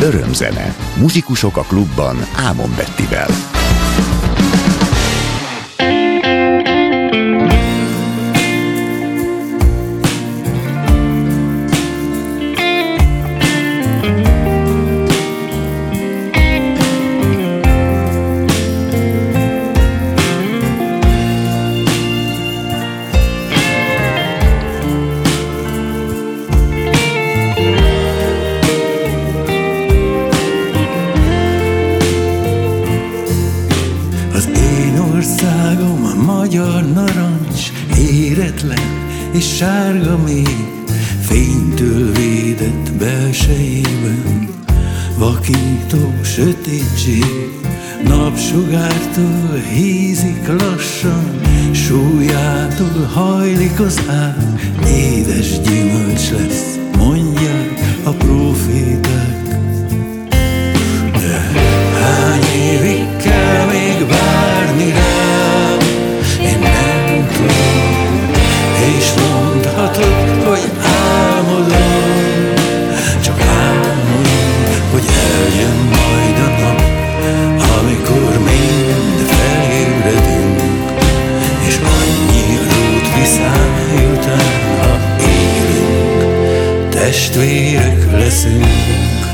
Örömzene. Muzsikusok a klubban Ámon Bettivel. És sárga még fénytől védett belsejében, vakító sötétség napsugártól hízik lassan, súlyától hajlik az ág, édes gyümölcs lesz, mondják a próféták. De hány évig kell még várni rám, én nem tudom. És mondhatod, hogy álmodom, csak álmodom, hogy eljön majd a nap, amikor mind felébredünk, és annyi rút viszály után, ha élünk, testvérek leszünk.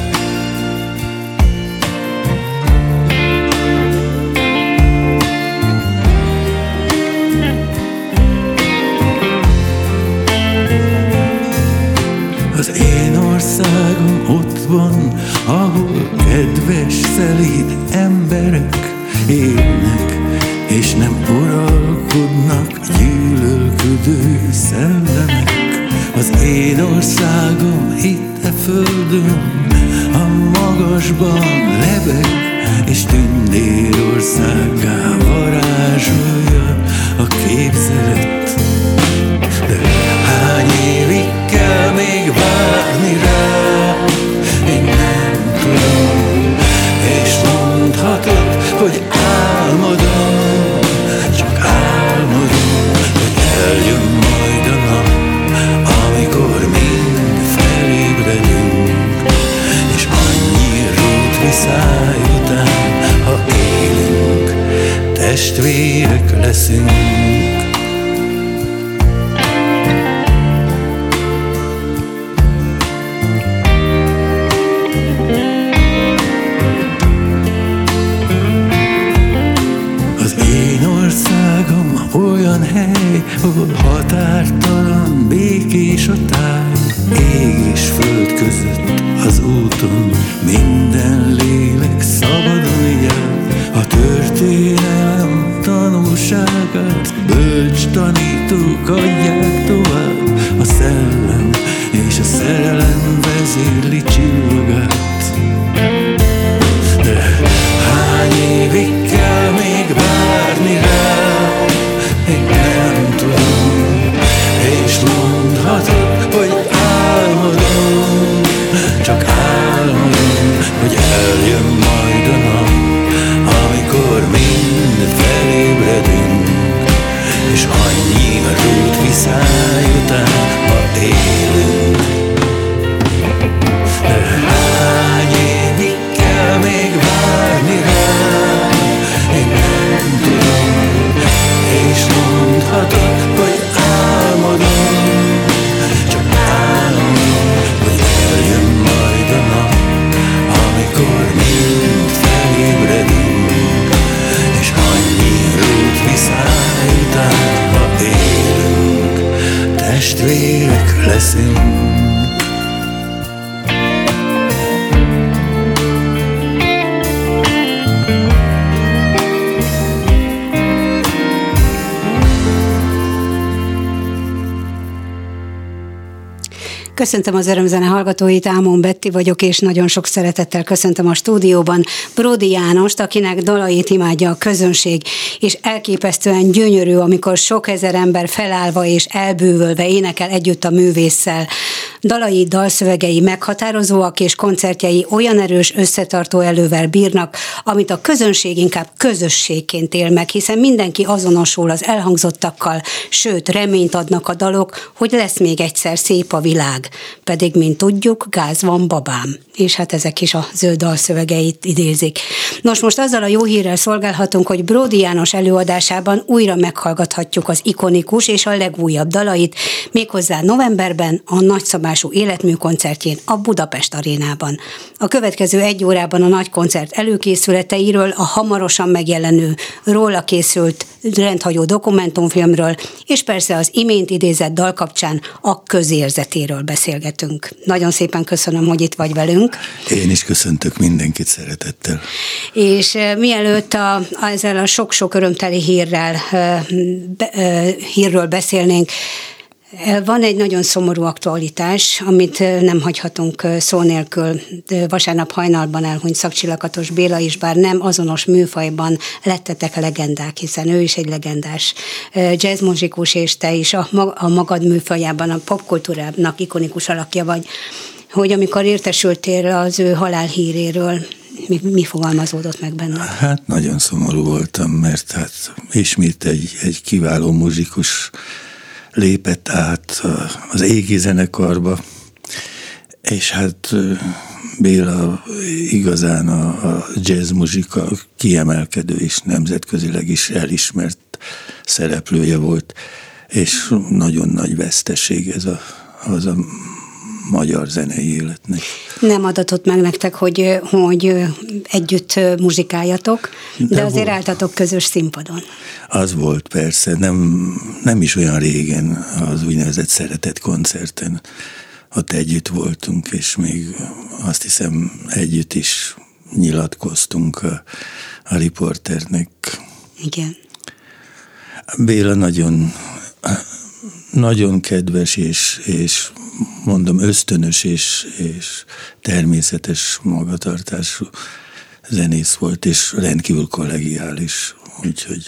Ott van, ahol kedves, szelíd emberek élnek, és nem uralkodnak gyűlölködő szellemek. Az én országom itt a földön, a magasban lebeg, és tündérországgá varázsolja a képzelet. De hány évig kell még várni rá, én nem tudom, és mondhatod, hogy álmodom, csak álmodom, hogy eljön majd a nap, amikor mind felébredünk, és annyi rút viszály után, ha élünk, testvérek leszünk. Olyan hely, ahol határtalan, békés a táj, ég és föld között az úton minden lélek szabadon jár. A történelem tanulságát bölcs tanítók adják tovább, a szellem és a szerelem vezérli csillagát. De hány évig kell még várni rá, én nem tudom, és mondhatod, hogy álmodom, csak álmodom, hogy eljön majd a nap, amikor mind felébredünk, és annyi rút viszály után, ha élünk. De hány évig kell még várni rá, én nem tudom, és mondhatod, hogy álmodom, csak álmodom, hogy eljön majd a nap, amikor mind felébredünk, és annyi rút viszály után, ha élünk, testvérek leszünk. Köszöntöm az Örömzene hallgatóit, Ámon Betti vagyok, és nagyon sok szeretettel köszöntöm a stúdióban Bródi Jánost, akinek dalait imádja a közönség, és elképesztően gyönyörű, amikor sok ezer ember felállva és elbűvölve énekel együtt a művésszel. Dalai dalszövegei meghatározóak, és koncertjei olyan erős összetartó erővel bírnak, amit a közönség inkább közösségként él meg, hiszen mindenki azonosul az elhangzottakkal, sőt, reményt adnak a dalok, hogy lesz még egyszer szép a világ. Pedig, mint tudjuk, gáz van, babám. És hát ezek is az ő dalszövegeit idézik. Nos, most azzal a jó hírrel szolgálhatunk, hogy Bródi János előadásában újra meghallgathatjuk az ikonikus és a legújabb dalait, méghozzá novemberben a nagyszabású életműkoncertjén a Budapest Arénában. A következő 1 órában a nagy koncert előkészületeiről, a hamarosan megjelenő, róla készült rendhagyó dokumentumfilmről, és persze az imént idézett dal kapcsán a közérzetéről beszélgetünk. Nagyon szépen köszönöm, hogy itt vagy velünk. Én is köszöntök mindenkit szeretettel. És mielőtt ezzel a sok-sok örömteli hírről beszélnénk, van egy nagyon szomorú aktualitás, amit nem hagyhatunk szó nélkül. Vasárnap hajnalban elhunyt Szakcsi-Lakatos Béla is, bár nem azonos műfajban lettetek legendák, hiszen ő is egy legendás jazzmuzikus, és te is a magad műfajában, a popkultúrának ikonikus alakja vagy. Hogy amikor értesültél az ő halálhíréről, mi fogalmazódott meg benne? Hát nagyon szomorú voltam, mert hát ismét egy kiváló muzsikus lépett át az Égi zenekarba, és hát Béla igazán a jazzmuzsika kiemelkedő és nemzetközileg is elismert szereplője volt, és nagyon nagy veszteség ez az a magyar zenei életnek. Nem adatott meg nektek, hogy együtt muzsikáljatok, de azért álltatok közös színpadon. Az volt persze, nem is olyan régen az úgynevezett Szeretett koncerten. Ott együtt voltunk, és még azt hiszem együtt is nyilatkoztunk a riporternek. Igen. Béla nagyon kedves, és mondom, ösztönös és természetes magatartású zenész volt, és rendkívül kollegiális. Úgyhogy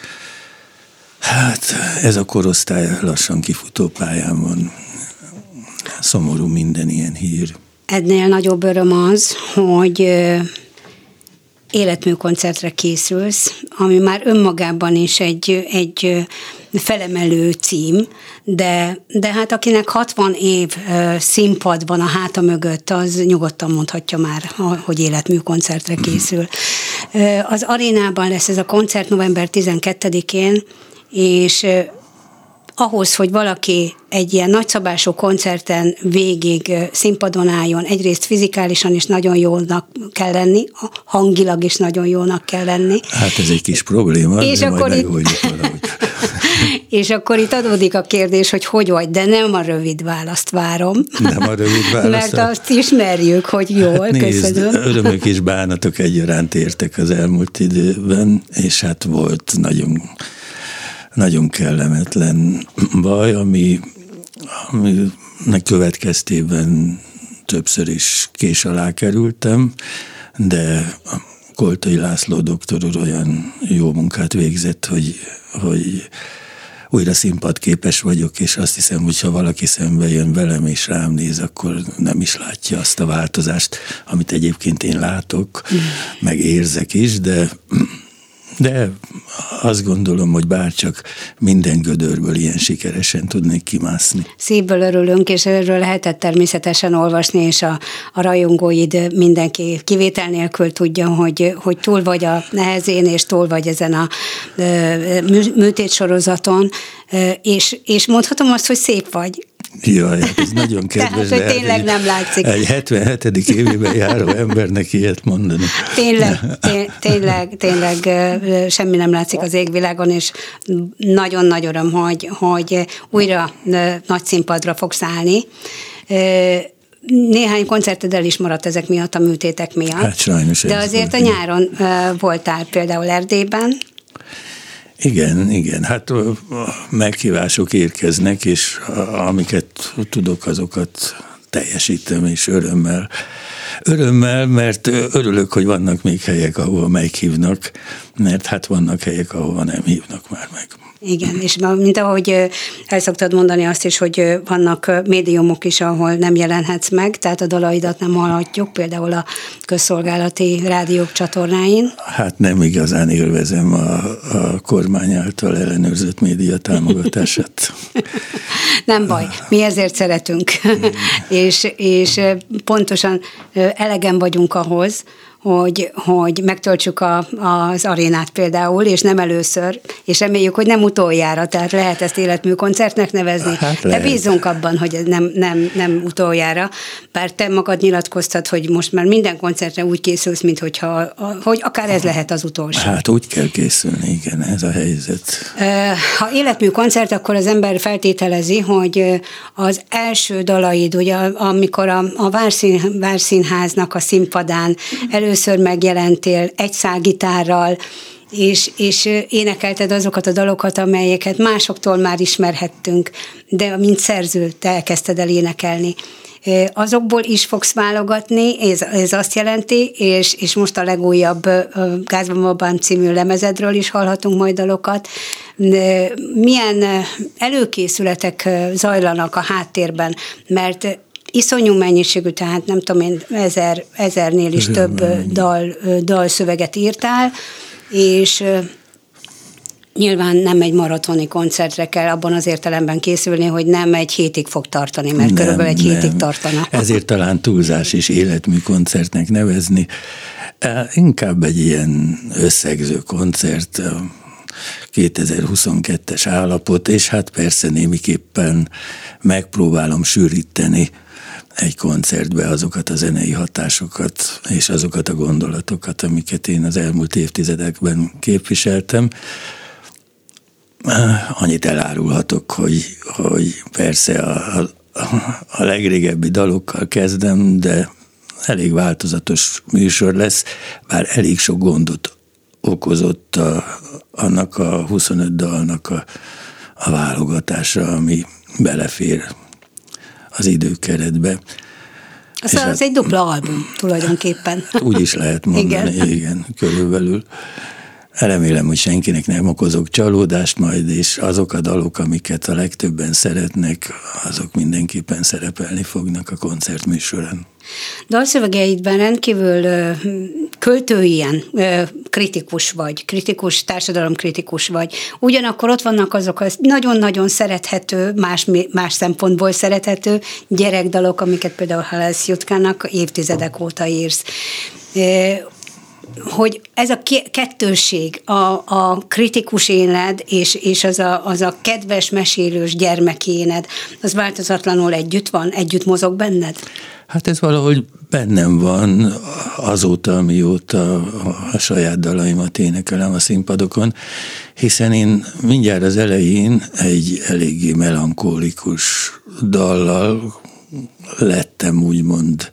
hát ez a korosztály lassan kifutó pályán van. Szomorú minden ilyen hír. Ennél nagyobb öröm az, hogy életműkoncertre készülsz, ami már önmagában is egy felemelő cím, de hát akinek 60 év színpadban a háta mögött, az nyugodtan mondhatja már, hogy életműkoncertre készül. Az Arénában lesz ez a koncert november 12-én, és ahhoz, hogy valaki egy ilyen nagyszabású koncerten végig színpadon álljon, egyrészt fizikálisan is nagyon jónak kell lenni, hangilag is nagyon jónak kell lenni. Hát ez egy kis probléma, és de akkor majd megoldjuk valahogy. És akkor itt adódik a kérdés, hogy vagy, de nem a rövid választ várom. Nem a rövid választ. Mert azt ismerjük, hogy jól, hát nézd, köszönöm. Örömök és bánatok egyaránt értek az elmúlt időben, és hát volt nagyon kellemetlen baj, aminek következtében többször is kés alá kerültem, de Koltai László doktor úr olyan jó munkát végzett, hogy újra színpadképes vagyok, és azt hiszem, hogy ha valaki szembe jön velem és rám néz, akkor nem is látja azt a változást, amit egyébként én látok, meg érzek is, de azt gondolom, hogy bárcsak minden gödörből ilyen sikeresen tudnék kimászni. Szívből örülünk, és erről lehetett természetesen olvasni, és a rajongóid mindenki kivétel nélkül tudja, hogy túl vagy a nehezén, és túl vagy ezen a műtétsorozaton, és mondhatom azt, hogy szép vagy. Jaj, ez nagyon kedves. Tehát, hogy tényleg nem látszik. Egy 77. évében járó embernek ilyet mondani. Tényleg semmi nem látszik az égvilágon, és nagyon nagy öröm, hogy újra nagy színpadra fogsz állni. Néhány koncerted el is maradt ezek miatt, a műtétek miatt. Hát sajnos. De azért a nyáron voltál például Erdélyben. Igen, hát meghívások érkeznek, és amiket tudok, azokat teljesítem, és örömmel, mert örülök, hogy vannak még helyek, ahova meghívnak, mert hát vannak helyek, ahova nem hívnak már meg. Igen, és mint ahogy el szoktad mondani azt is, hogy vannak médiumok is, ahol nem jelenhetsz meg, tehát a dalaidat nem hallhatjuk, például a közszolgálati rádiók csatornáin. Hát nem igazán élvezem a kormány által ellenőrzött média támogatását. Nem baj, mi ezért szeretünk, és pontosan elegen vagyunk ahhoz, hogy megtöltsük az arénát például, és nem először, és reméljük, hogy nem utoljára, tehát lehet ezt életműkoncertnek nevezni. Hát de bízunk abban, hogy ez nem utoljára, bár te magad nyilatkoztad, hogy most már minden koncertre úgy készülsz, mint hogy akár ez lehet az utolsó. Hát úgy kell készülni, igen, ez a helyzet. Ha életműkoncert, akkor az ember feltételezi, hogy az első dalaid, ugye, amikor a Várszínháznak a színpadán először megjelentél egy szálgitárral, és énekelted azokat a dalokat, amelyeket másoktól már ismerhettünk, de mint szerző te elkezdted el énekelni. Azokból is fogsz válogatni, ez azt jelenti, és most a legújabb Gázban Babám című lemezedről is hallhatunk majd dalokat. Milyen előkészületek zajlanak a háttérben, mert iszonyú mennyiségű, tehát nem tudom én, ezernél is több dalszöveget írtál, és nyilván nem egy maratoni koncertre kell abban az értelemben készülni, hogy nem egy hétig fog tartani, mert körülbelül egy hétig tartana. Ezért talán túlzás is életműkoncertnek nevezni. Inkább egy ilyen összegző koncert, 2022-es állapot, és hát persze némiképpen megpróbálom sűríteni egy koncertbe azokat a zenei hatásokat, és azokat a gondolatokat, amiket én az elmúlt évtizedekben képviseltem. Annyit elárulhatok, hogy persze a legrégebbi dalokkal kezdem, de elég változatos műsor lesz, bár elég sok gondot okozott annak a 25 dalnak a válogatása, ami belefér az időkeretbe. Az egy dupla album tulajdonképpen. Úgy is lehet mondani, igen, körülbelül. Remélem, hogy senkinek nem okozok csalódást majd, és azok a dalok, amiket a legtöbben szeretnek, azok mindenképpen szerepelni fognak a koncertműsoron. Dalszövegeidben rendkívül költőien kritikus vagy, társadalomkritikus vagy. Ugyanakkor ott vannak azok az nagyon-nagyon szerethető, más szempontból szerethető gyerekdalok, amiket például Halász Jutkának évtizedek óta írsz. Hogy ez a kettőség, a kritikus éned és az a kedves, mesélős gyermekéned, az változatlanul együtt van, együtt mozog benned? Hát ez valahogy bennem van azóta, amióta a saját dalaimat énekelem a színpadokon, hiszen én mindjárt az elején egy eléggé melankólikus dallal lettem úgymond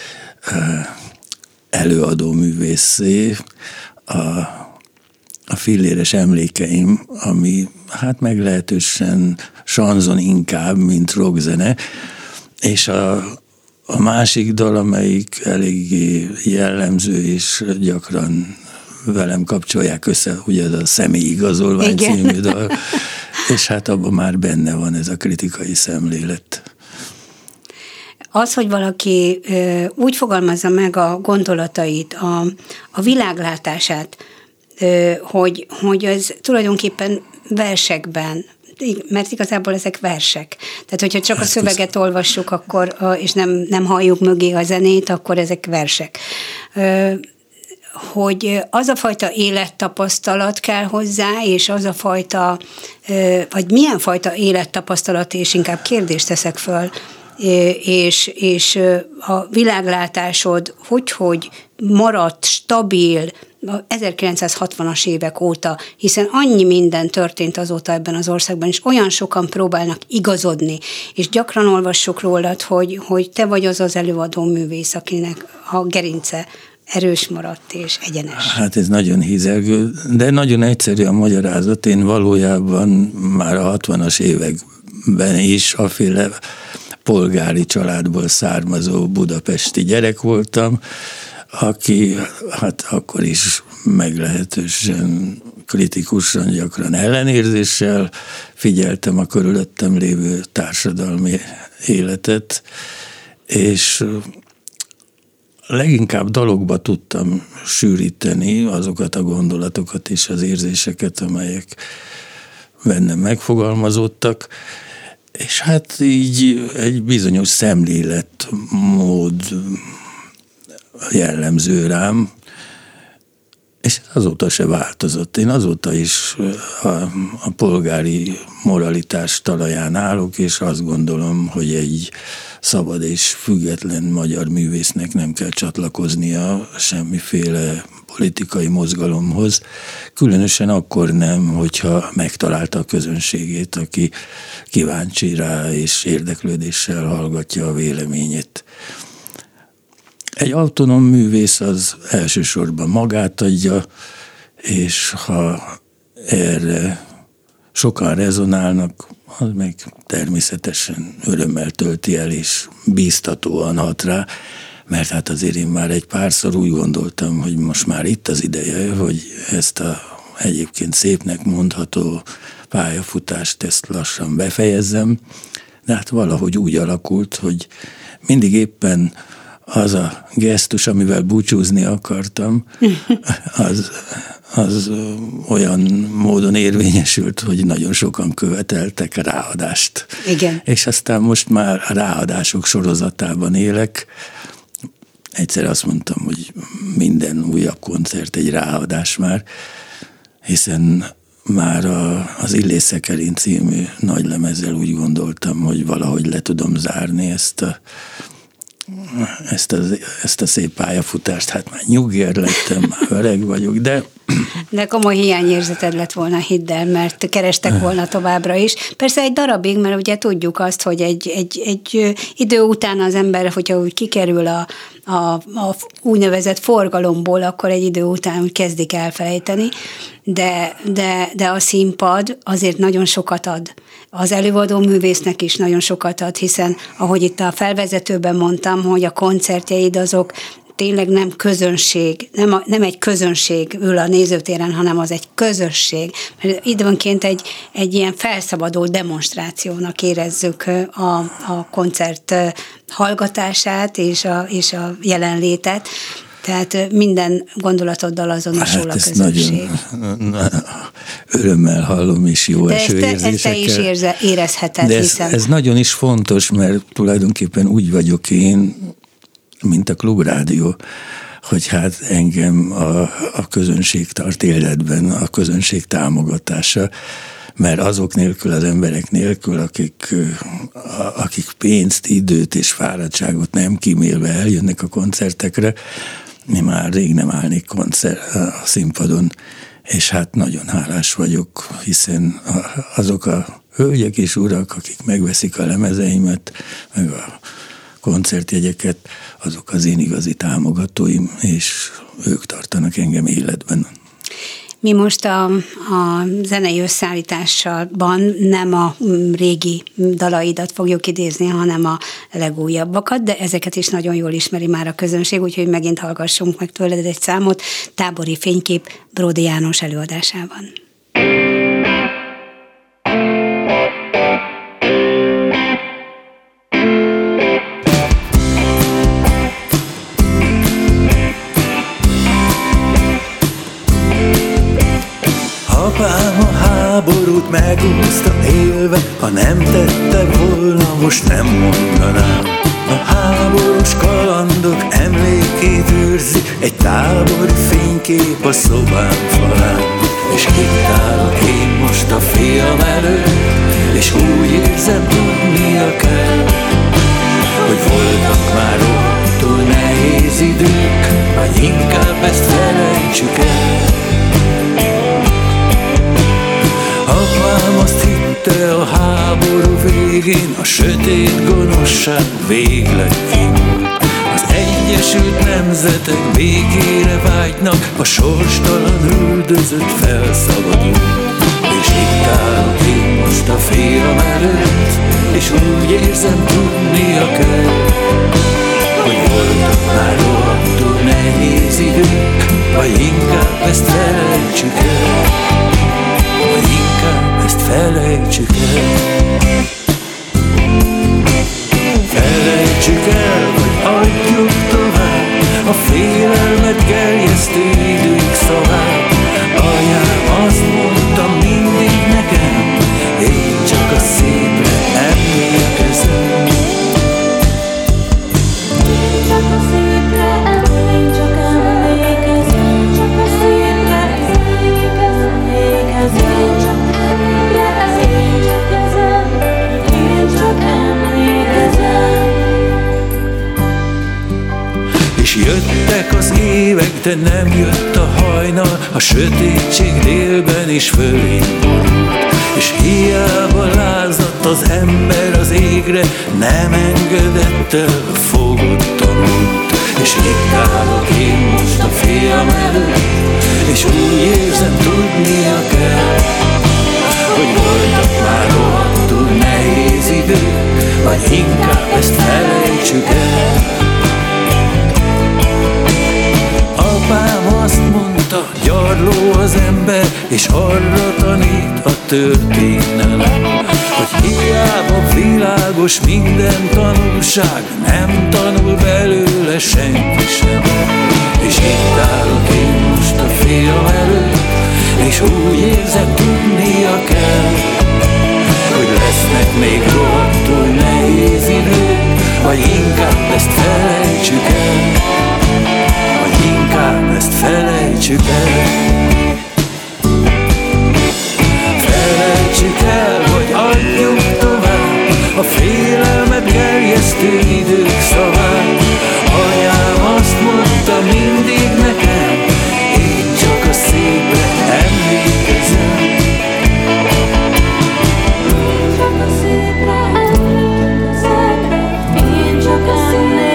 előadó művészé, a Filléres emlékeim, ami hát meglehetősen sanzon inkább, mint rockzene, és a másik dal, amelyik eléggé jellemző, és gyakran velem kapcsolják össze, ugye ez a Személyigazolvány című dal, és hát abban már benne van ez a kritikai szemlélet. Az, hogy valaki úgy fogalmazza meg a gondolatait, a világlátását, hogy ez tulajdonképpen versekben, mert igazából ezek versek. Tehát, hogyha csak a szöveget olvassuk, akkor, és nem halljuk mögé a zenét, akkor ezek versek. Hogy az a fajta élettapasztalat kell hozzá, és az a fajta, vagy milyen fajta élettapasztalat, és inkább kérdést teszek föl, és a világlátásod hogy maradt stabil 1960-as évek óta, hiszen annyi minden történt azóta ebben az országban, és olyan sokan próbálnak igazodni, és gyakran olvassuk rólad, hogy te vagy az előadó művész, akinek a gerince erős maradt és egyenes. Hát ez nagyon hízelgő, de nagyon egyszerű a magyarázat. Én valójában már a 60-as években is aféle polgári családból származó budapesti gyerek voltam, aki hát akkor is meglehetősen kritikusan, gyakran ellenérzéssel figyeltem a körülöttem lévő társadalmi életet, és leginkább dalokba tudtam sűríteni azokat a gondolatokat és az érzéseket, amelyek bennem megfogalmazódtak, és hát így egy bizonyos szemléletmód jellemző rám, és azóta se változott. Én azóta is a polgári moralitás talaján állok, és azt gondolom, hogy egy szabad és független magyar művésznek nem kell csatlakoznia semmiféle politikai mozgalomhoz, különösen akkor nem, hogyha megtalálta a közönségét, aki kíváncsi rá és érdeklődéssel hallgatja a véleményét. Egy autonóm művész az elsősorban magát adja, és ha erre sokan rezonálnak, az meg természetesen örömmel tölti el, és bíztatóan hat rá, mert hát azért én már egy párszor úgy gondoltam, hogy most már itt az ideje, hogy ezt a egyébként szépnek mondható pályafutást ezt lassan befejezzem, de hát valahogy úgy alakult, hogy mindig éppen az a gesztus, amivel búcsúzni akartam, az olyan módon érvényesült, hogy nagyon sokan követeltek ráadást. Igen. És aztán most már a ráadások sorozatában élek. Egyszer azt mondtam, hogy minden újabb koncert egy ráadás már, hiszen már az Illés Szekerén című nagylemezzel úgy gondoltam, hogy valahogy le tudom zárni ezt a szép pályafutást. Hát már nyugér lettem, már öreg vagyok, de komoly hiányérzeted lett volna, hidd el, mert kerestek volna továbbra is. Persze egy darabig, mert ugye tudjuk azt, hogy egy idő után az ember, hogyha úgy kikerül a úgynevezett forgalomból, akkor egy idő után úgy kezdik elfelejteni, de a színpad azért nagyon sokat ad. Az előadó művésznek is nagyon sokat ad, hiszen ahogy itt a felvezetőben mondtam, hogy a koncertjeid azok tényleg nem közönség, nem egy közönség ül a nézőtéren, hanem az egy közösség. Mert időnként egy ilyen felszabadult demonstrációnak érezzük a koncert hallgatását és a jelenlétet. Tehát minden gondolatoddal azonosul a közönség. Nagyon örömmel hallom, és jó eső érzésekkel. Ezt te is érezheted, de hiszen... ez nagyon is fontos, mert tulajdonképpen úgy vagyok én, mint a Klubrádió, hogy hát engem a közönség tart életben, a közönség támogatása, mert azok nélkül, az emberek nélkül, akik pénzt, időt és fáradtságot nem kímélve eljönnek a koncertekre, én már rég nem állnék a színpadon, és hát nagyon hálás vagyok, hiszen azok a hölgyek és urak, akik megveszik a lemezeimet, meg a koncertjegyeket, azok az én igazi támogatóim, és ők tartanak életben. Mi most a zenei összeállításban nem a régi dalaidat fogjuk idézni, hanem a legújabbakat, de ezeket is nagyon jól ismeri már a közönség, úgyhogy megint hallgassunk meg tőled egy számot, Tábori fénykép Bródi János előadásában. Apám a háborút megúszta élve, ha nem tette volna, most nem mondanám. A háborús kalandok emlékét őrzi egy tábori fénykép a szobám falán. És itt állok én most a fiam előtt, és úgy érzem, tudnia kell, hogy voltak már rottól nehéz idők, vagy inkább ezt felejtsük el. Apám azt hitte, a háború végén a sötét gonoszság végleg kimúlt. Az Egyesült Nemzetek békére vágynak, a sorstalan üldözött felszabadult. És itt állok én most a fiam előtt, és úgy érzem, tudnia kell, hogy voltak már rohadtul nehéz idők, vagy inkább ezt felejtsük el. ezt felejtsük el. Felejtsük el, vagy adjuk tovább a félelmet gerjesztő idők szavát. Anyám azt mondta mindig nekem, én csak a szépre emlékezem. És jöttek az évek, de nem jött a hajnal, a sötétség délben is fölénk borult. És hiába lázadt az ember az égre, nem engedett el, fogottan út. És itt állok én most a fiam előtt, és úgy érzem, tudnia kell, hogy voltak már rohadtul nehéz idők, vagy inkább ezt felejtsük el. Apám azt mondta, gyarló az ember, és arra tanít a történelem, hogy hiába világos minden tanulság, nem tanul belőle senki sem. És itt állok én most a fiam előtt, és úgy érzem, tudnia kell, hogy lesznek még rohadtul nehéz idők, vagy inkább ezt felejtsük el. Inkább ezt felejtsük el. Felejtsük el, vagy adjuk tovább a félelmet gerjesztő idők szavát. Anyám azt mondta mindig nekem, én csak a szépre emlékezem. Csak a szépre emlékezem, én csak a szépre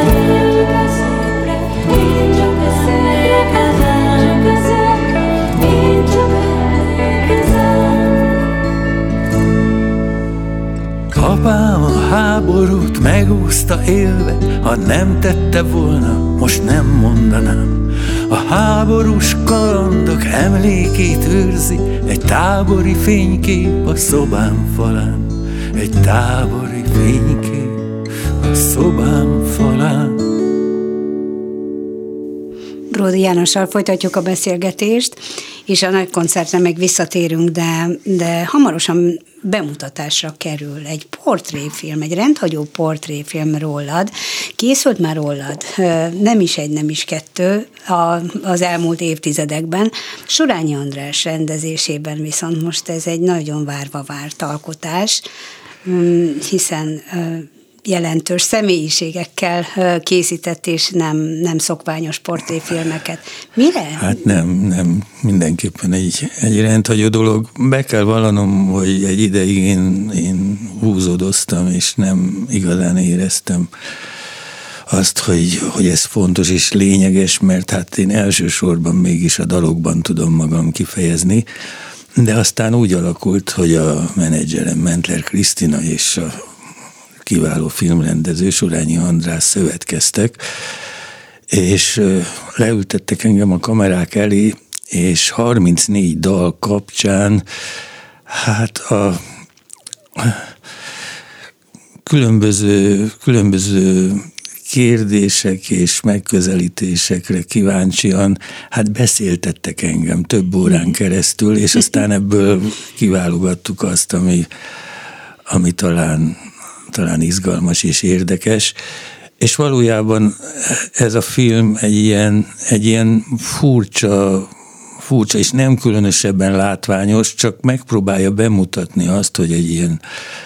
Apám a háborút megúszta élve, ha nem tette volna, most nem mondanám. A háborús kalandok emlékét őrzi egy tábori fénykép a szobám falán. Egy tábori fénykép a szobám falán. Bródi Jánossal folytatjuk a beszélgetést, és a nagy koncertre meg visszatérünk, de hamarosan bemutatásra kerül egy portréfilm, egy rendhagyó portréfilm rólad. Készült már rólad, nem is egy, nem is kettő az elmúlt évtizedekben. Surányi András rendezésében viszont most ez egy nagyon várva várt alkotás, hiszen jelentős személyiségekkel készített, és nem szokványos portréfilmeket. Mire? Hát nem mindenképpen egy rendhagyó dolog. Be kell vallanom, hogy egy ideig én húzódoztam, és nem igazán éreztem azt, hogy ez fontos és lényeges, mert hát én elsősorban mégis a dalokban tudom magam kifejezni, de aztán úgy alakult, hogy a menedzserem Mentler Krisztina és a kiváló filmrendező Surányi András szövetkeztek, és leültettek engem a kamerák elé, és 34 dal kapcsán hát a különböző kérdések és megközelítésekre kíváncsian, hát beszéltettek engem több órán keresztül, és aztán ebből kiválogattuk azt, ami talán izgalmas és érdekes, és valójában ez a film egy ilyen furcsa és nem különösebben látványos, csak megpróbálja bemutatni azt, hogy egy ilyen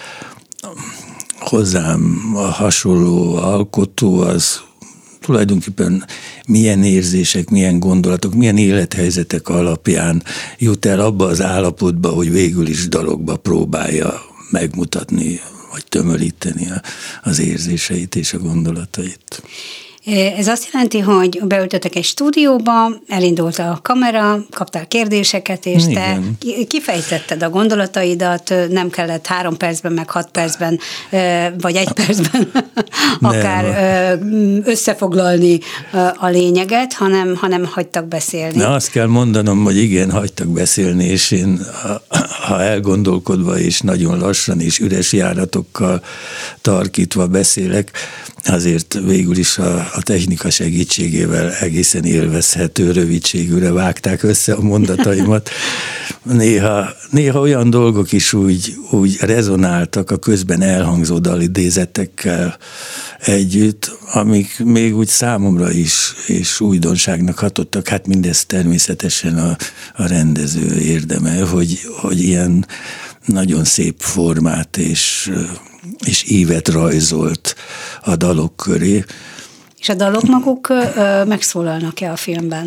hozzám hasonló alkotó az tulajdonképpen milyen érzések, milyen gondolatok, milyen élethelyzetek alapján jut el abba az állapotba, hogy végül is dalokba próbálja megmutatni, vagy tömöríteni az érzéseit és a gondolatait. Ez azt jelenti, hogy beültöttek egy stúdióba, elindult a kamera, kaptál kérdéseket, és te kifejtetted a gondolataidat, nem kellett 3 percben, meg 6 percben, vagy 1 percben akár összefoglalni a lényeget, hanem hagytak beszélni. Na, azt kell mondanom, hogy igen, hagytak beszélni, és én, ha elgondolkodva és nagyon lassan és üres járatokkal tarkítva beszélek, azért végül is a technika segítségével egészen élvezhető rövidségűre vágták össze a mondataimat. Néha olyan dolgok is úgy rezonáltak a közben elhangzó dalidézetekkel együtt, amik még úgy számomra is és újdonságnak hatottak. Hát mindez természetesen a rendező érdeme, hogy ilyen nagyon szép formát és ívet rajzolt a dalok köré. És a dalok maguk megszólalnak-e a filmben?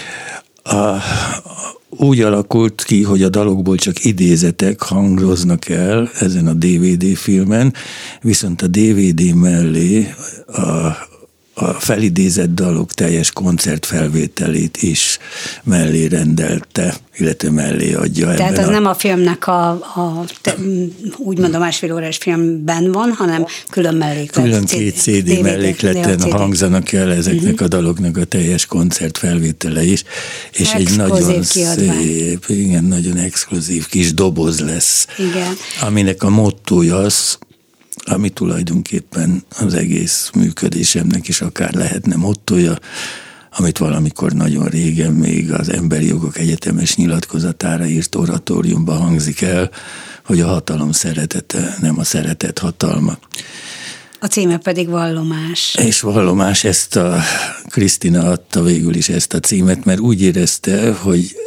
Úgy alakult ki, hogy a dalokból csak idézetek hangoznak el ezen a DVD filmen, viszont a DVD mellé a felidézett dalok teljes koncertfelvételét is mellé rendelte, illetve mellé adja. Tehát ez nem a filmnek úgymond a 1,5 órás filmben van, hanem külön melléklet. Külön 2 CD mellékleten hangzanak el ezeknek a daloknak a teljes koncertfelvétele is. És egy nagyon szép, igen, nagyon exkluzív kis doboz lesz, igen. Aminek a mottója az, ami tulajdonképpen az egész működésemnek is akár lehetne mottója, amit valamikor nagyon régen még az Emberi Jogok Egyetemes nyilatkozatára írt oratóriumban hangzik el, hogy a hatalom szeretete, nem a szeretet hatalma. A címe pedig Vallomás. És Vallomás, ezt a Krisztina adta végül is ezt a címet, mert úgy érezte, hogy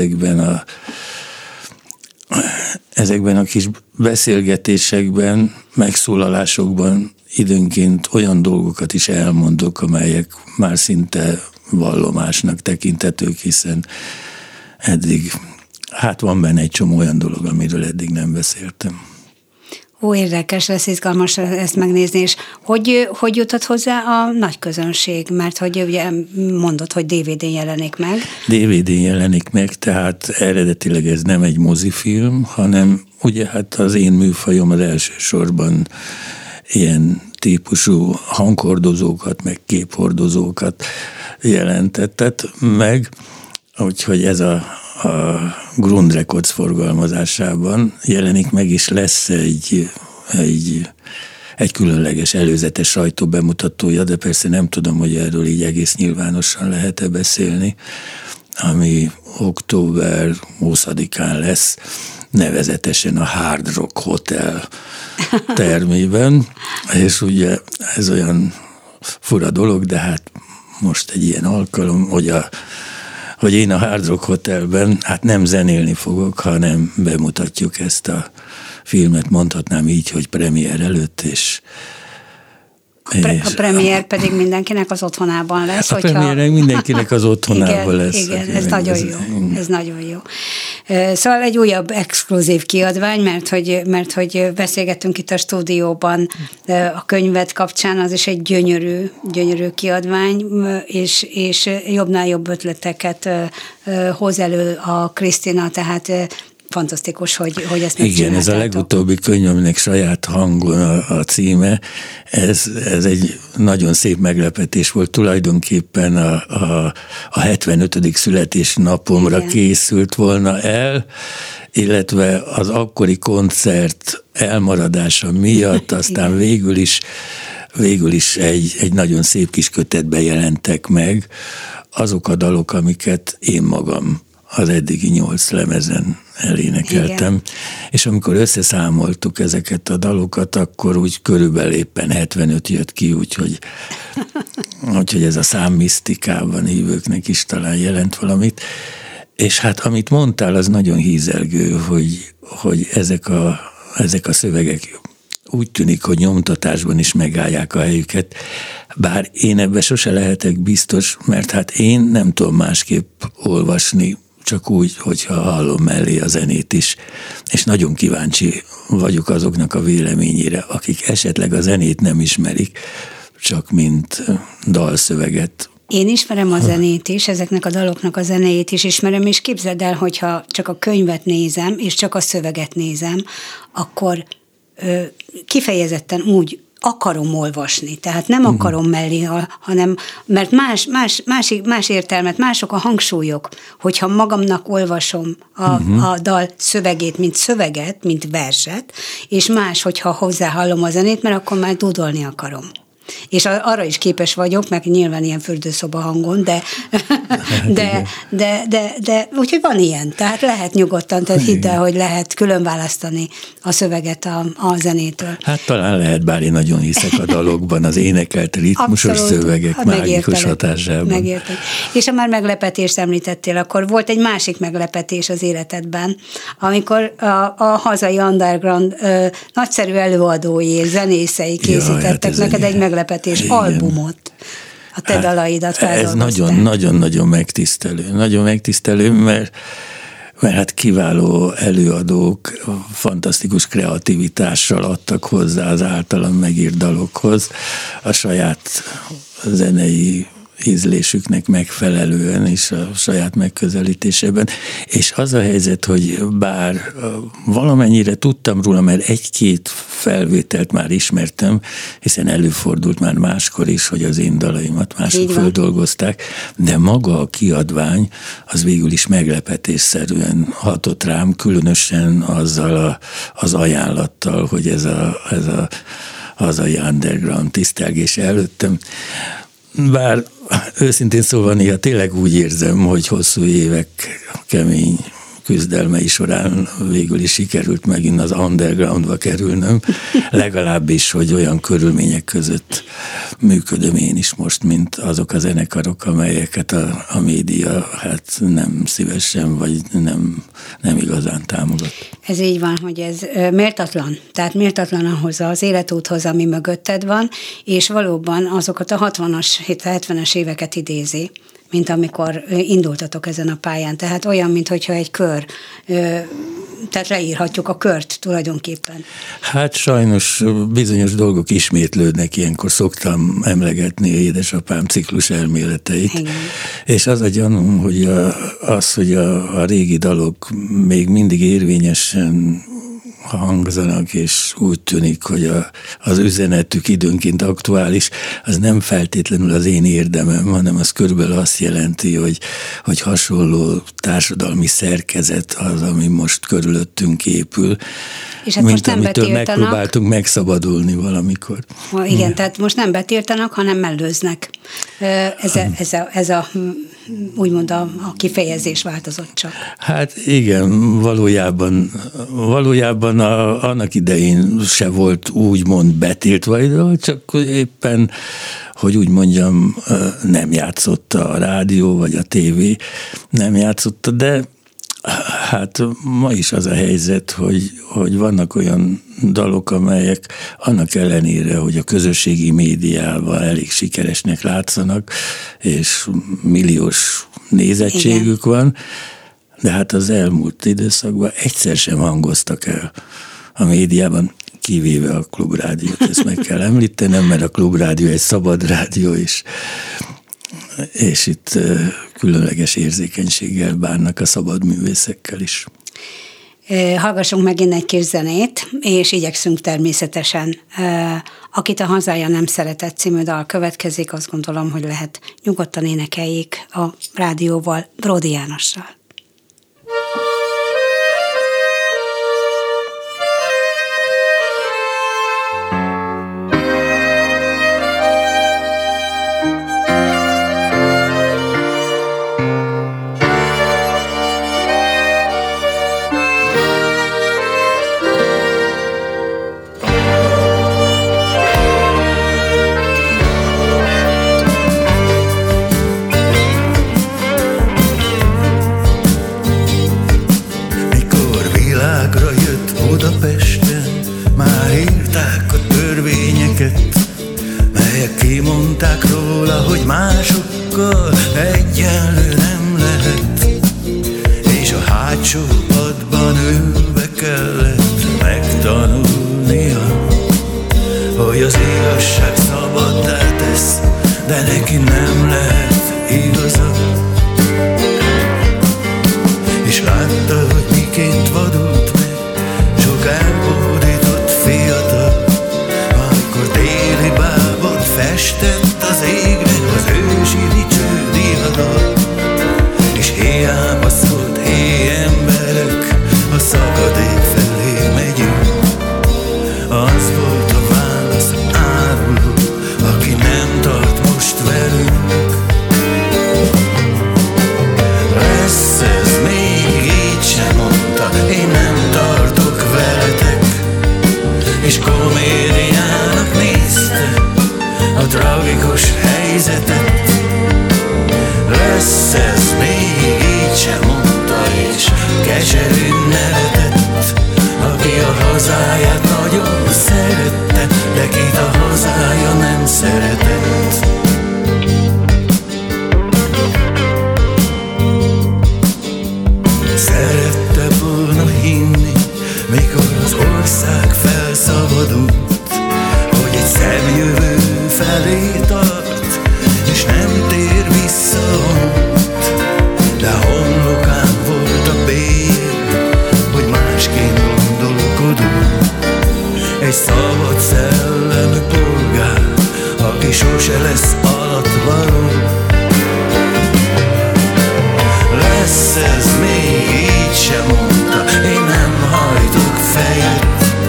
ezekben a kis beszélgetésekben, megszólalásokban időnként olyan dolgokat is elmondok, amelyek már szinte vallomásnak tekintetők, hiszen eddig, hát van benne egy csomó olyan dolog, amiről eddig nem beszéltem. Érdekes lesz, izgalmas ezt megnézni, és hogy jutott hozzá a nagy közönség? Mert hogy ugye mondod, hogy DVD-n jelenik meg. DVD-n jelenik meg, tehát eredetileg ez nem egy mozifilm, hanem ugye hát az én műfajom az elsősorban ilyen típusú hanghordozókat, meg képhordozókat jelentetett meg, úgyhogy ez a Grund Records forgalmazásában jelenik meg, és lesz egy különleges előzetes sajtóbemutatója, de persze nem tudom, hogy erről így egész nyilvánosan lehet-e beszélni, ami október 20-án lesz, nevezetesen a Hard Rock Hotel termében, és ugye ez olyan fura dolog, de hát most egy ilyen alkalom, hogy én a Hard Rock Hotelben hát nem zenélni fogok, hanem bemutatjuk ezt a filmet, mondhatnám így, hogy premier előtt, és a premier pedig mindenkinek az otthonában lesz. A premier mindenkinek az otthonában lesz. Igen, ez nagyon jó. Ez nagyon jó. Szóval egy újabb exkluzív kiadvány, mert hogy beszélgettünk itt a stúdióban a könyvet kapcsán, az is egy gyönyörű kiadvány, és jobbnál jobb ötleteket hoz elő a Krisztina, tehát fantasztikus, hogy ezt megcsináltátok. Igen, ez a legutóbbi könyv, aminek saját hangon a címe, ez egy nagyon szép meglepetés volt. Tulajdonképpen a 75. születésnapomra igen. készült volna el, illetve az akkori koncert elmaradása miatt aztán végül is egy nagyon szép kis kötetbe jelentek meg azok a dalok, amiket én magam az eddigi 8 lemezen elénekeltem, igen. És amikor összeszámoltuk ezeket a dalokat, akkor úgy körülbelül éppen 75 jött ki, úgyhogy ez a számmisztikában hívőknek is talán jelent valamit. És hát amit mondtál, az nagyon hízelgő, hogy ezek a szövegek úgy tűnik, hogy nyomtatásban is megállják a helyüket, bár én ebben sose lehetek biztos, mert hát én nem tudom másképp olvasni, csak úgy, hogyha hallom mellé a zenét is. És nagyon kíváncsi vagyok azoknak a véleményére, akik esetleg a zenét nem ismerik, csak mint dalszöveget. Én ismerem a zenét is, ezeknek a daloknak a zenéjét is ismerem, és képzeld el, hogyha csak a könyvet nézem, és csak a szöveget nézem, akkor kifejezetten úgy akarom olvasni, tehát nem akarom mellé, hanem, mert más értelmet, mások a hangsúlyok, hogyha magamnak olvasom a dal szövegét, mint szöveget, mint verset, és más, hogyha hozzáhallom a zenét, mert akkor már dúdolni akarom. És arra is képes vagyok, meg nyilván ilyen fürdőszoba hangon, de úgyhogy van ilyen, tehát lehet nyugodtan, tehát hidd el, hogy lehet külön választani a szöveget a zenétől. Hát talán lehet, bár én nagyon hiszek a dalokban, az énekelt ritmusos szövegek mágikus hatásában. Megértek. És ha már meglepetést említettél, akkor volt egy másik meglepetés az életedben, amikor a hazai underground nagyszerű előadói és zenészei készítettek neked egy meglepetés albumot. A te dalaidat feldolgozták. Ez nagyon-nagyon megtisztelő. Nagyon megtisztelő, mert hát kiváló előadók fantasztikus kreativitással adtak hozzá az általam megírt dalokhoz, a saját zenei ízlésüknek megfelelően és a saját megközelítésében. És az a helyzet, hogy bár valamennyire tudtam róla, mert egy-két felvételt már ismertem, hiszen előfordult már máskor is, hogy az én dalaimat mások földolgozták, de maga a kiadvány az végül is meglepetésszerűen hatott rám, különösen azzal az ajánlattal, hogy ez a hazai underground tisztelgés előttem. Bár őszintén szóval néha tényleg úgy érzem, hogy hosszú évek kemény küzdelmei során végül is sikerült megint az undergroundba kerülnöm, legalábbis, hogy olyan körülmények között működöm én is most, mint azok a zenekarok, amelyeket a média hát nem szívesen, vagy nem igazán támogat. Ez így van, hogy ez méltatlan, tehát méltatlan ahhoz az életúthoz, ami mögötted van, és valóban azokat a 60-as, 70-es éveket idézi, mint amikor indultatok ezen a pályán. Tehát olyan, mintha egy kör, tehát leírhatjuk a kört tulajdonképpen. Hát sajnos bizonyos dolgok ismétlődnek, ilyenkor szoktam emlegetni édesapám ciklus elméleteit. Igen. És az a gyanúm, hogy hogy a régi dalok még mindig érvényesen hangzanak, és úgy tűnik, hogy az üzenetük időnként aktuális, az nem feltétlenül az én érdemem, hanem az körülbelül azt jelenti, hogy hasonló társadalmi szerkezet az, ami most körülöttünk épül, és hát mint amitől megpróbáltunk megszabadulni valamikor. Igen, tehát most nem betiltanak, hanem mellőznek. Ez a úgymond a kifejezés változott csak. Hát igen, valójában annak idején se volt úgymond betiltva, csak éppen, hogy úgy mondjam, nem játszotta a rádió vagy a tévé, nem játszotta, de hát ma is az a helyzet, hogy vannak olyan dalok, amelyek annak ellenére, hogy a közösségi médiával elég sikeresnek látszanak, és milliós nézettségük van, de hát az elmúlt időszakban egyszer sem hangoztak el a médiában, kivéve a Klubrádiót, ezt meg kell említenem, mert a Klubrádió egy szabad rádió is, és itt különleges érzékenységgel bánnak a szabad művészekkel is. Hallgassunk megint egy kis zenét, és igyekszünk természetesen. Akit a hazája nem szeretett című dal következik, azt gondolom, hogy lehet nyugodtan énekeljék a rádióval, Bródi Jánossal. Melyek kimondták róla, hogy másokkal egyenlő nem lehet, és a hátsó padban ülve kellett megtanulnia, hogy az igazság szabad, neki nem lehet igaza, és látta, hogy miként vadult meg sok elbódított fiatal, amikor téli bábot festett az égnek az ősi dicső diadal, és hiába szólt, hé emberek, a szakadék felé megyünk. Az volt a válasz, áruló, aki nem tart most velünk. Lesz ez még, így sem mondta, én nem tartok veletek, és komédiának nézte a tragikus helyzetet. Lesz ez még, így sem mondta, és keserűn nevetett, aki a hazáját nagyon szerette, de kit a hazája nem szeretett. Szerette volna hinni, mikor az ország felszabadult, hogy egy szebb jövő felé tart, és nem tér vissza a múlt. De homlokán volt a bélyeg, hogy másként gondolkodunk. Egy szabad szellemű polgár, aki sose lesz alattvaló. Lesz ez még, így sem mondta, én nem hajtok fejet.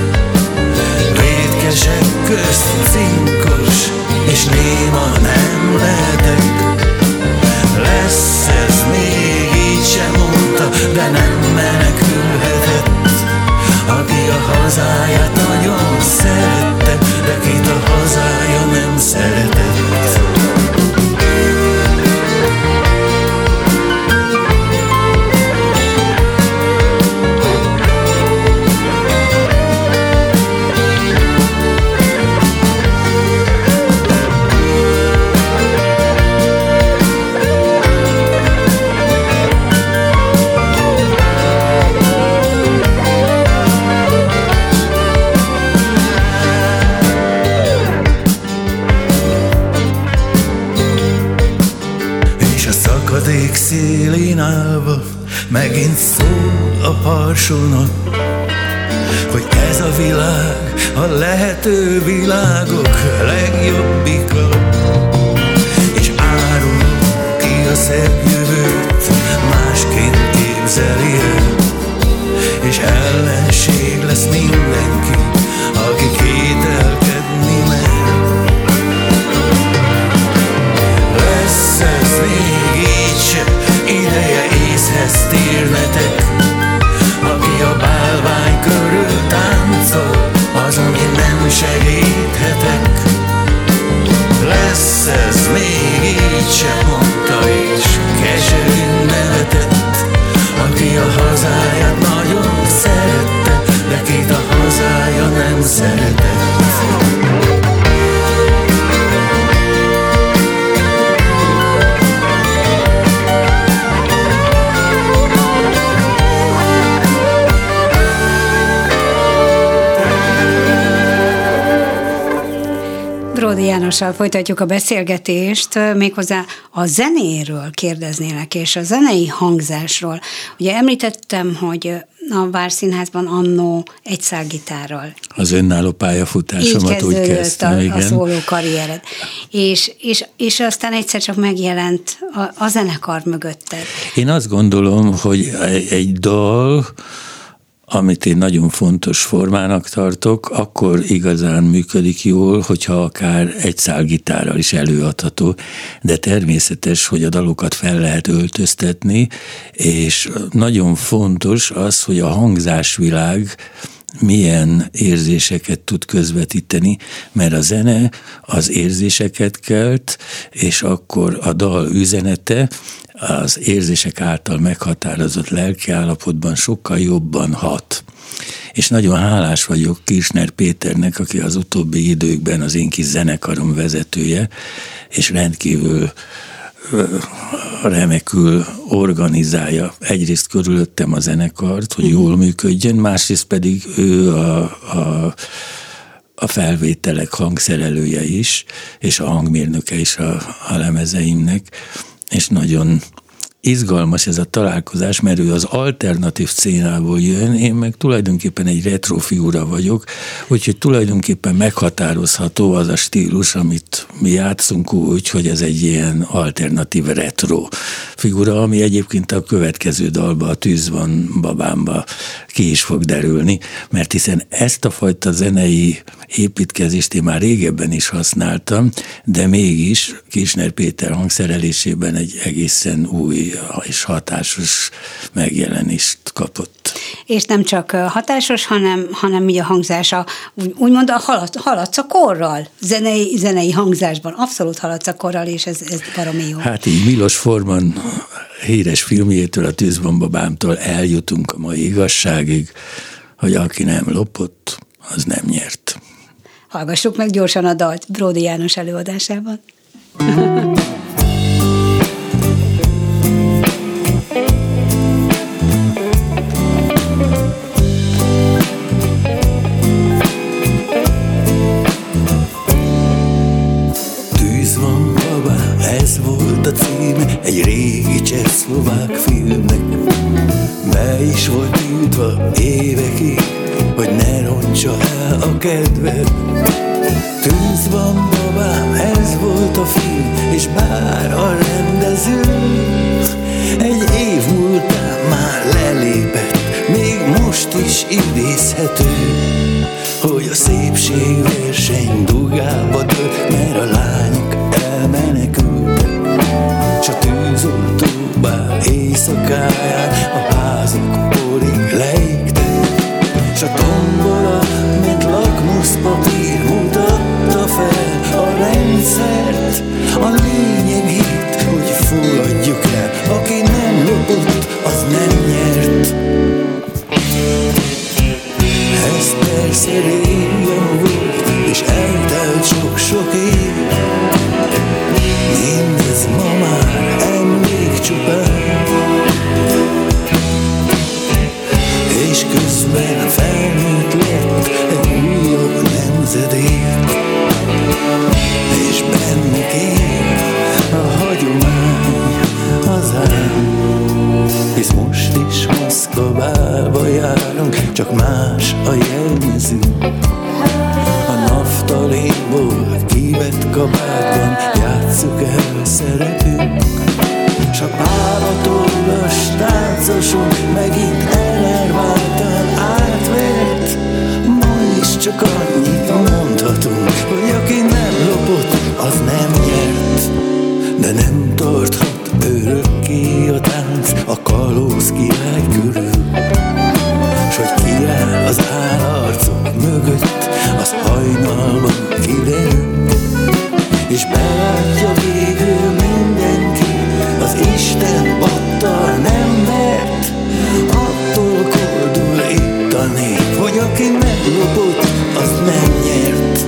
Vétkesek közt cinkos, és néma nem lehetek. Lesz ez még, így sem mondta, de nem menekülhetett, aki a hazáját nagyon szerette, de kit a hazája nem szeretett. Szélén állva megint szól a harsona, hogy ez a világ a lehető világok legjobbika, és árul ki a szebb jövőt másként képzeli el, és ellenség lesz mindenki, aki kételkedni mer. Lesz ez még, így sem ideje észhez térnetek, aki a bálvány körül táncol, azon én nem segíthetek. Lesz ez még, így sem mondta, és keserűn nevetett, aki a hazáját nagyon szerette, de kit a hazája nem szeretett. Bródi Jánossal folytatjuk a beszélgetést, méghozzá a zenéről kérdeznélek, és a zenei hangzásról. Ugye említettem, hogy a Várszínházban annó egy szálgitárral. Az önálló pályafutásomat úgy kezdtem, igen. A szóló karriered. És aztán egyszer csak megjelent a zenekar mögötted. Én azt gondolom, hogy egy dal, amit én nagyon fontos formának tartok, akkor igazán működik jól, hogyha akár egy szál gitárral is előadható, de természetes, hogy a dalokat fel lehet öltöztetni, és nagyon fontos az, hogy a hangzásvilág milyen érzéseket tud közvetíteni, mert a zene az érzéseket kelt, és akkor a dal üzenete az érzések által meghatározott lelkiállapotban sokkal jobban hat. És nagyon hálás vagyok Kirchner Péternek, aki az utóbbi időkben az én kis zenekarom vezetője, és rendkívül remekül organizálja egyrészt körülöttem a zenekart, hogy jól működjön, másrészt pedig ő a felvételek hangszerelője is, és a hangmérnöke is a lemezeimnek, és nagyon izgalmas ez a találkozás, mert ő az alternatív szcénából jön, én meg tulajdonképpen egy retro figura vagyok, úgyhogy tulajdonképpen meghatározható az a stílus, amit mi játszunk úgy, hogy ez egy ilyen alternatív retro figura, ami egyébként a következő dalba, a Tűz van babámba ki is fog derülni, mert hiszen ezt a fajta zenei építkezést én már régebben is használtam, de mégis Kirchner Péter hangszerelésében egy egészen új és hatásos megjelenést kapott. És nem csak hatásos, hanem így a hangzása, úgymond haladsz a korral, zenei hangzásban, abszolút haladsz a korral, és ez baromi jó. Hát így Milos Forman híres filmjétől, a Tűz van babámtól eljutunk a mai igazságig, hogy aki nem lopott, az nem nyert. Hallgassuk meg gyorsan a dalt Bródi János előadásában. Ez volt a címe egy régi csehszlovák filmnek. Be is volt tiltva évekig, hogy ne rontsa el a kedved. Tűz van babám, ez volt a film, és bár a rendező egy év múltán már lelépett, még most is idézhető, hogy a szépségverseny dugába tört, mert a lányok elmenekültek, s a tűzoltóbá éjszakáján a házak porig leégtek, s a tombola, mint lakmuszpapír mutatta fel a rendszert, a lényegét, hogy fogadjuk el, aki nem lopott, az nem nyert. Ez persze régen volt, és eltelt sok-sok év, mindez ma már emlék csupán, és közben felnőtt lett egy újabb nemzedék, és bennük él a hagyomány hazám. Hisz most is Moszkvába járunk, csak más a jelmezünk. A naftalénból kivett kabátban játsszuk el szerepünk, s a pávatollas táncosunk megint elárváltan átvert. Ma is csak annyit mondhatunk, hogy aki nem lopott, az nem nyert. De nem tarthat örökké a tánc a kalóz király körül, s hogy kiáll az állarcok mögött, az hajnalban kiderül, és belátja végül mindenki, az Isten battal nem mert. Attól koldul itt a nép, hogy aki nem lopott, az nem nyert.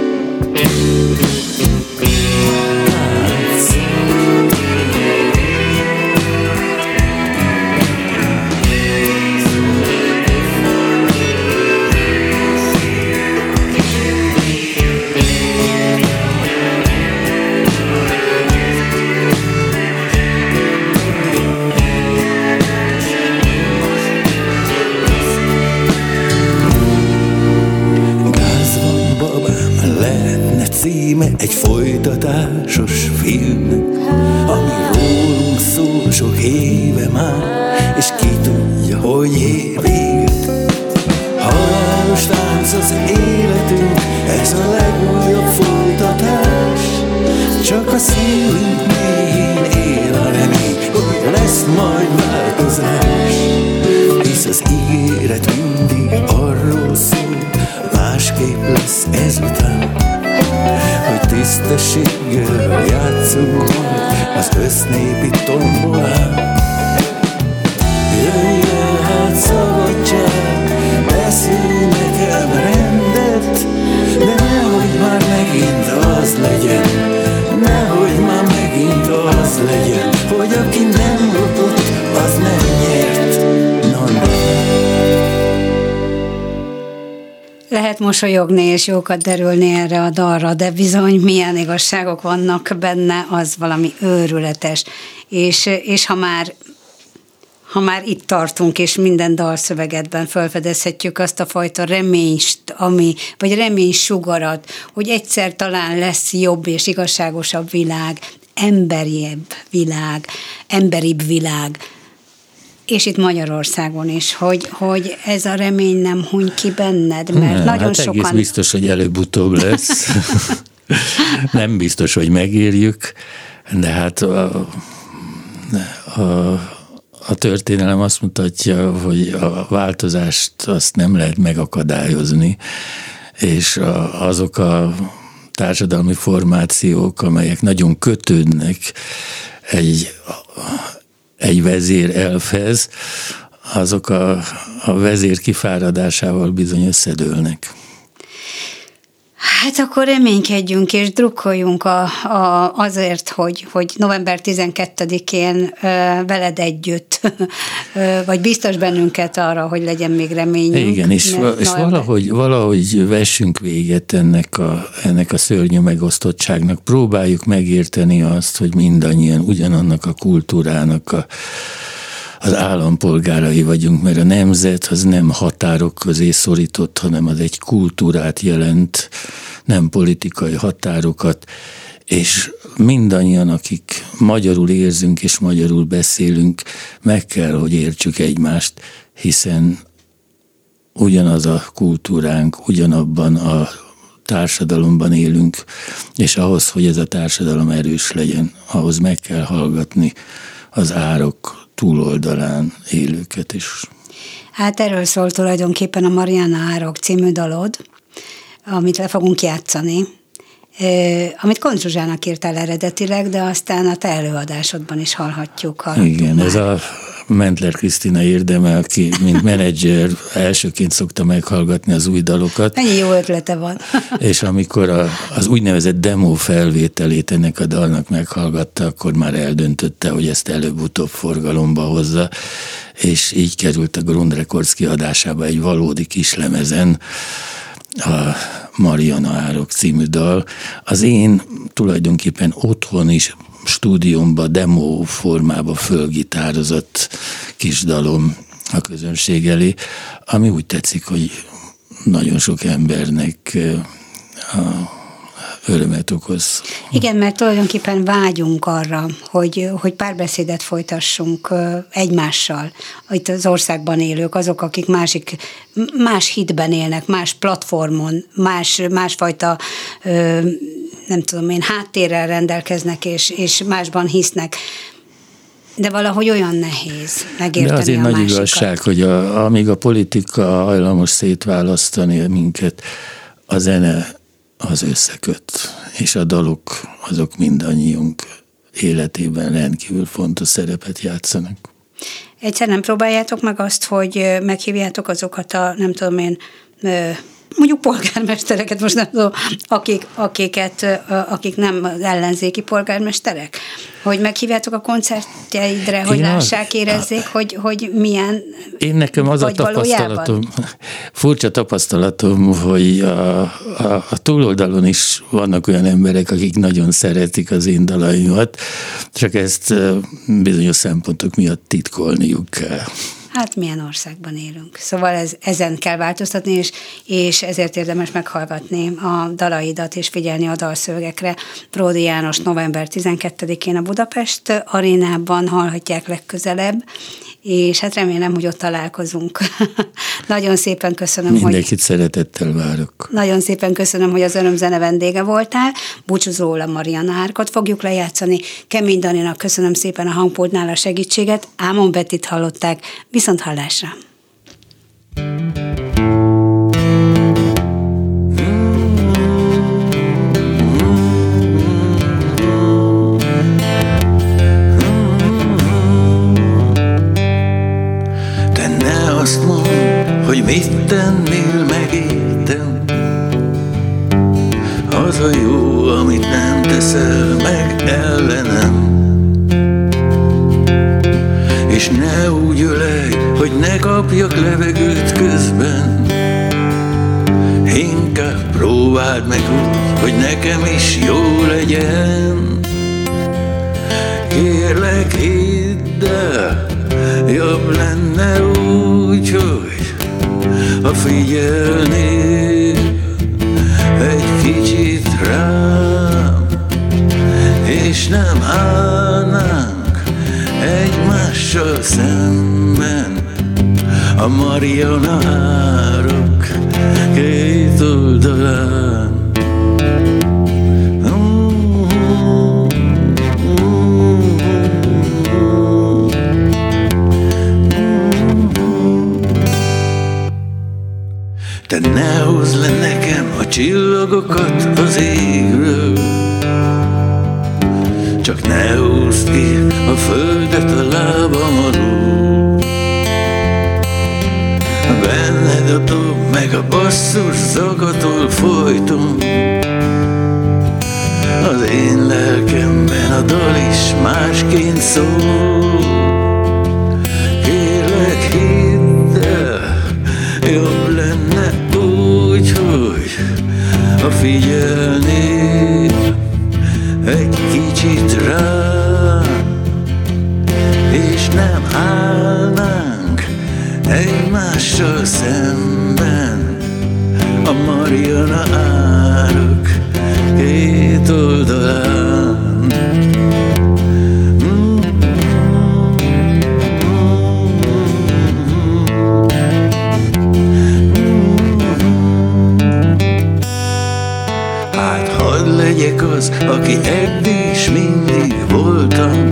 Címe egy folytatásos filmnek, ami rólunk szól sok éve már, és ki tudja, hogy ér véget. Halálos tánc az életünk, ez a legújabb folytatás. Csak a szívünk mélyén él a remény, hogy lesz majd változás. Hisz az ígéret mindig arról szól, másképp lesz ezután, hogy tisztességgel játszunk majd az össznépi tombolán. Jöjjön hát szabadság, beszélj nekem rendet, de nehogy már megint az legyen, nehogy már megint az legyen, hogy aki nem lopott, az nem nyert. Lehet mosolyogni és jókat derülni erre a dalra, de bizony milyen igazságok vannak benne, az valami őrületes. És ha már itt tartunk, és minden dalszövegedben felfedezhetjük azt a fajta reményt, vagy reménysugarat, hogy egyszer talán lesz jobb és igazságosabb világ, emberibb világ, és itt Magyarországon is, hogy ez a remény nem huny ki benned, mert nagyon sokan... Egész biztos, hogy előbb-utóbb lesz. Nem biztos, hogy megérjük, de hát a történelem azt mutatja, hogy a változást azt nem lehet megakadályozni, és azok a társadalmi formációk, amelyek nagyon kötődnek egy vezér elfhez, azok a vezér kifáradásával bizony összedőlnek. Hát akkor reménykedjünk és drukkoljunk azért, hogy november 12-én veled együtt, vagy biztos bennünket arra, hogy legyen még reményünk. Igen, és valahogy vessünk véget ennek a szörnyű megosztottságnak. Próbáljuk megérteni azt, hogy mindannyian ugyanannak a kultúrának az állampolgárai vagyunk, mert a nemzet az nem határok közé szorított, hanem az egy kultúrát jelent, nem politikai határokat, és mindannyian, akik magyarul érzünk és magyarul beszélünk, meg kell, hogy értsük egymást, hiszen ugyanaz a kultúránk, ugyanabban a társadalomban élünk, és ahhoz, hogy ez a társadalom erős legyen, ahhoz meg kell hallgatni az árok túloldalán élőket is. Hát erről szól tulajdonképpen a Mariana Árok című dalod, amit le fogunk játszani, amit Koncz Zsuzsának írtál eredetileg, de aztán a te előadásodban is hallhatjuk. Igen, ez a Mentler Krisztina érdeme, aki mint menedzser elsőként szokta meghallgatni az új dalokat. Mennyi jó ötlete van. És amikor az úgynevezett demo felvételét ennek a dalnak meghallgatta, akkor már eldöntötte, hogy ezt előbb-utóbb forgalomba hozza, és így került a Grund Records kiadásába egy valódi kislemezen, a Mariana Árok című dal. Az én tulajdonképpen otthon is stúdiómba, demo formába fölgitározott kis dalom a közönség elé, ami úgy tetszik, hogy nagyon sok embernek örömet okoz. Igen, mert tulajdonképpen vágyunk arra, hogy párbeszédet folytassunk egymással. Itt az országban élők, azok, akik más hitben élnek, más platformon, másfajta nem tudom én, háttérrel rendelkeznek, és másban hisznek. De valahogy olyan nehéz megérteni a másikat. De azért nagy igazság, hogy amíg a politika hajlamos szétválasztani minket, a zene az összeköt, és a dalok azok mindannyiunk életében rendkívül fontos szerepet játszanak. Egyszer nem próbáljátok meg azt, hogy meghívjátok azokat a, nem tudom én, mondjuk polgármestereket, most nem tudom, akik nem az ellenzéki polgármesterek, hogy meghívjátok a koncertjeidre, hogy lássák, érezzék, hogy milyen. Én nekem az a tapasztalatom, furcsa tapasztalatom, hogy a túloldalon is vannak olyan emberek, akik nagyon szeretik az én dalaimat, csak ezt bizonyos szempontok miatt titkolniuk kell. Hát milyen országban élünk. Szóval ezen kell változtatni, és ezért érdemes meghallgatni a dalaidat, és figyelni a dalszövegekre. Bródi János november 12-én a Budapest Arénában hallhatják legközelebb, és hát remélem, hogy ott találkozunk. Nagyon szépen köszönöm, mindenkit szeretettel várok. Nagyon szépen köszönöm, hogy az Örömzene vendége voltál. Búcsúzóul a Mariana Árkot fogjuk lejátszani. Kemény Daninak köszönöm szépen a hangpultnál a segítséget. Ámon Bettit hallották. Viszont hallásra. Azt mondd, hogy mit tennél meg értem. Az a jó, amit nem teszel meg ellenem. És ne úgy ölej, hogy ne kapjak levegőt közben. Én inkább próbáld meg úgy, hogy nekem is jó legyen. Kérlek, hidd el, jobb lenne úgy, hogy ha figyelnél egy kicsit rám, és nem állnánk egymással szemben a Mariana árok két oldalán. Te ne hozd le nekem a csillagokat az égről, csak ne húzd ki a földet a lábam alól. Benned a dob meg a basszus zakatol folyton, az én lelkemben a dal is másként szól. Kérlek, hidd el, jobb lenne úgy, hogy ha figyelnél egy kicsit rám, és nem állnánk egymással szemben a Mariana árok két oldalán. Hát hadd legyek az, aki eddig is mindig voltam.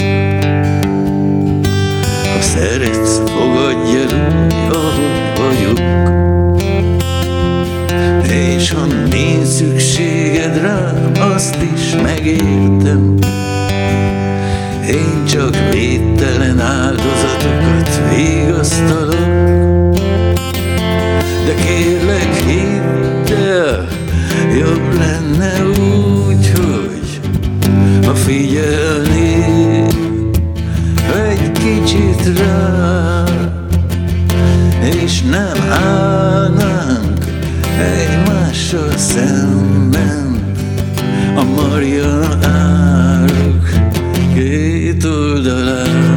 Ha szeretsz, fogadj el úgy, ahogy vagyok, és ha nincs szükséged rám, azt is megértem. Én csak védtelen áldozatokat vigasztalok, de kérlek, hidd el, jobb lenne úgy, hogy ha figyelnél egy kicsit rá, és nem állnánk egymással szemben a Mariana árok két oldalán.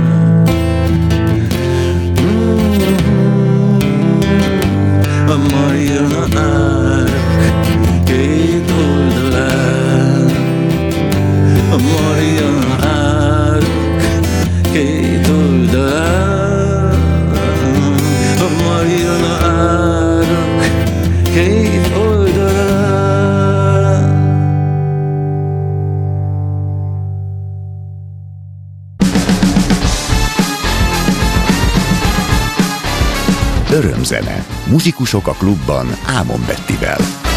A Mariana árok két oldalán. A Mariana árok két oldalán. A Mariana árok két oldalán. Örömzene. Muzsikusok a klubban Ámon Bettivel.